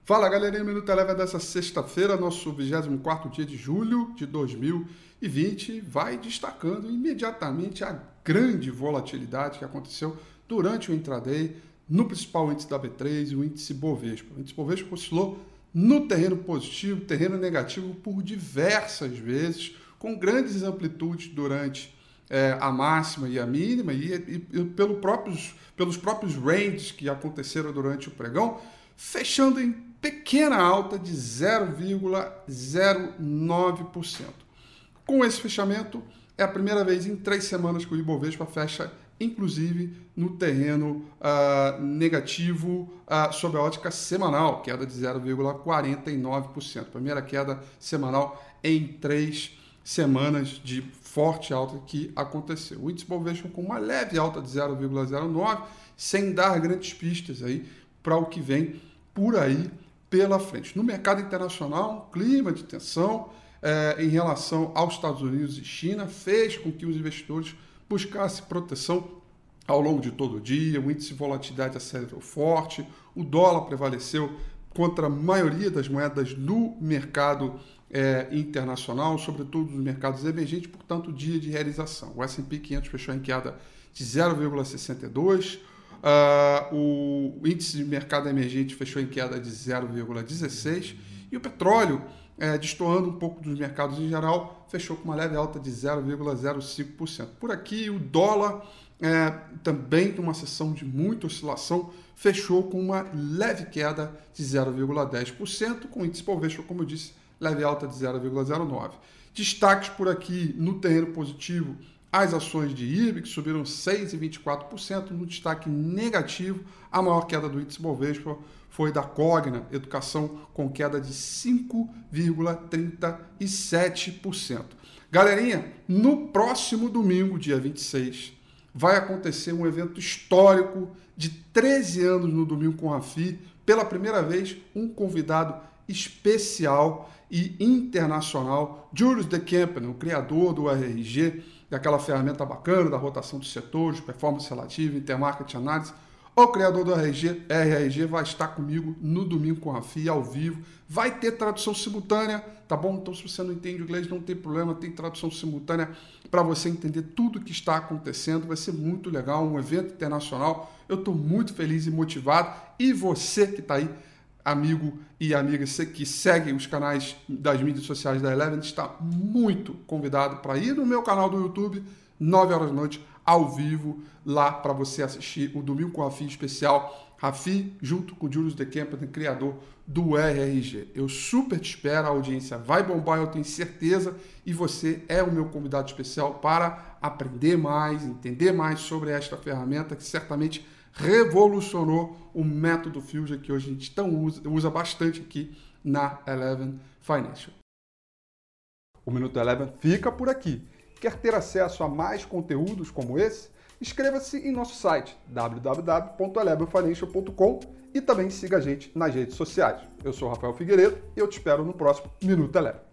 Fala galerinha, Minuto Eleven dessa sexta-feira, nosso 24º dia de julho de 2020, vai destacando imediatamente a grande volatilidade que aconteceu durante o intraday no principal índice da B3, o índice Bovespa. O índice Bovespa oscilou no terreno positivo, terreno negativo por diversas vezes, com grandes amplitudes durante a máxima e a mínima e pelos próprios ranges que aconteceram durante o pregão, fechando em pequena alta de 0,09%. Com esse fechamento, é a primeira vez em 3 semanas que o Ibovespa fecha, inclusive, no terreno negativo sob a ótica semanal, queda de 0,49%. Primeira queda semanal em 3 semanas de forte alta que aconteceu. O índice Bovespa com uma leve alta de 0,09%, sem dar grandes pistas aí para o que vem por aí pela frente. No mercado internacional, um clima de tensão em relação aos Estados Unidos e China fez com que os investidores buscassem proteção ao longo de todo o dia. O índice de volatilidade acelerou forte, o dólar prevaleceu contra a maioria das moedas do mercado internacional, sobretudo nos mercados emergentes, portanto, dia de realização. O S&P 500 fechou em queda de 0,62%, o índice de mercado emergente fechou em queda de 0,16% e o petróleo, destoando um pouco dos mercados em geral, fechou com uma leve alta de 0,05%. Por aqui, o dólar, também numa sessão de muita oscilação, fechou com uma leve queda de 0,10%, com o índice Bovespa, como eu disse, leve alta de 0,09%. Destaques por aqui no terreno positivo: as ações de IRB, que subiram 6,24%. No destaque negativo, a maior queda do índice Bovespa foi da Cogna Educação, com queda de 5,37%. Galerinha, no próximo domingo, dia 26, vai acontecer um evento histórico de 13 anos no Domingo com Rafi. Pela primeira vez, um convidado especial e internacional, Julius de Kempen, o criador do RRG, daquela ferramenta bacana da rotação dos setores, performance relativa, intermarket análise. O criador do RRG vai estar comigo no Domingo com a Rafi, ao vivo. Vai ter tradução simultânea, tá bom? Então, se você não entende inglês, não tem problema, tem tradução simultânea para você entender tudo o que está acontecendo. Vai ser muito legal, um evento internacional. Eu estou muito feliz e motivado. E você que está aí, amigo e amiga que segue os canais das mídias sociais da Eleven, está muito convidado para ir no meu canal do YouTube, 9 horas da noite, ao vivo, lá para você assistir o Domingo com Rafi especial. Rafi, junto com o Julius de Kempen, criador do RRG. Eu super te espero, a audiência vai bombar, eu tenho certeza, e você é o meu convidado especial para aprender mais, entender mais sobre esta ferramenta que certamente revolucionou o método Fusion que hoje a gente usa bastante aqui na Eleven Financial. O Minuto Eleven fica por aqui. Quer ter acesso a mais conteúdos como esse? Inscreva-se em nosso site www.elevenfinancial.com e também siga a gente nas redes sociais. Eu sou Rafael Figueiredo e eu te espero no próximo Minuto Eleven.